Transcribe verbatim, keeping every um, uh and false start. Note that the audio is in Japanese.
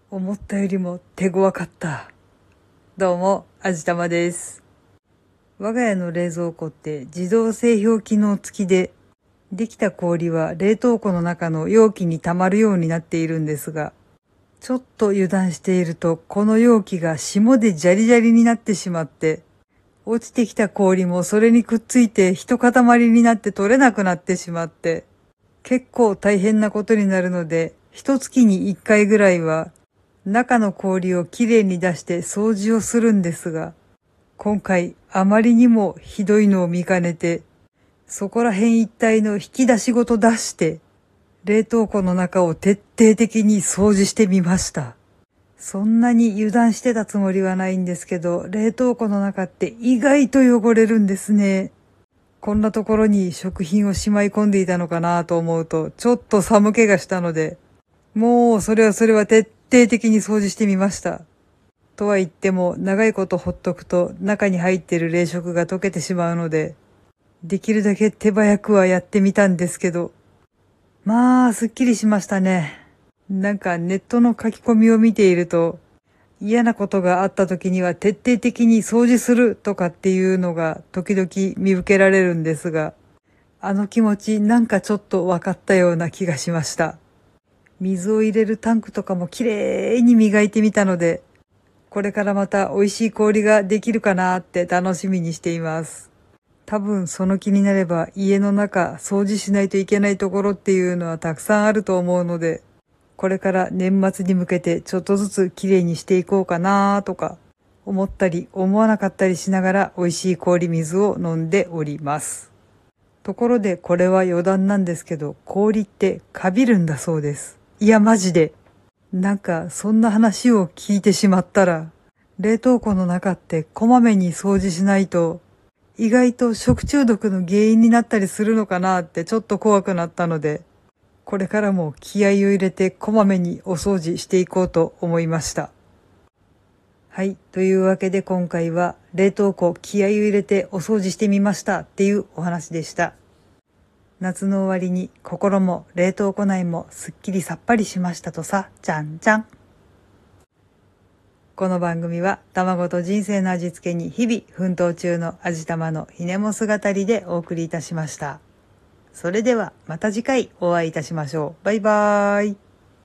思ったよりも手強かった。どうも、あじたまです。我が家の冷蔵庫って自動製氷機能付きで、できた氷は冷凍庫の中の容器に溜まるようになっているんですが、ちょっと油断しているとこの容器が霜でジャリジャリになってしまって、落ちてきた氷もそれにくっついて一塊になって取れなくなってしまって、結構大変なことになるので、一月に一回ぐらいは中の氷をきれいに出して掃除をするんですが、今回あまりにもひどいのを見かねて、そこら辺一帯の引き出しごと出して、冷凍庫の中を徹底的に掃除してみました。そんなに油断してたつもりはないんですけど、冷凍庫の中って意外と汚れるんですね。こんなところに食品をしまい込んでいたのかなと思うと、ちょっと寒気がしたので、もうそれはそれは徹底的に掃除してみました。とは言っても、長いことほっとくと中に入っている冷食が溶けてしまうので、できるだけ手早くはやってみたんですけど、まあ、すっきりしましたね。なんかネットの書き込みを見ていると、嫌なことがあった時には徹底的に掃除するとかっていうのが時々見受けられるんですが、あの気持ちなんかちょっと分かったような気がしました。水を入れるタンクとかもきれいに磨いてみたので、これからまた美味しい氷ができるかなって楽しみにしています。多分その気になれば家の中掃除しないといけないところっていうのはたくさんあると思うので、これから年末に向けてちょっとずつきれいにしていこうかなとか思ったり思わなかったりしながら美味しい氷水を飲んでおります。ところでこれは余談なんですけど、氷ってカビるんだそうです。いやマジで。なんかそんな話を聞いてしまったら、冷凍庫の中ってこまめに掃除しないと意外と食中毒の原因になったりするのかなってちょっと怖くなったので、これからも気合を入れてこまめにお掃除していこうと思いました。はい。というわけで今回は冷凍庫気合を入れてお掃除してみましたっていうお話でした。夏の終わりに心も冷凍庫内もすっきりさっぱりしましたとさ、じゃんじゃん。この番組は卵と人生の味付けに日々奮闘中の味玉のひねも姿りでお送りいたしました。それではまた次回お会いいたしましょう。バイバーイ。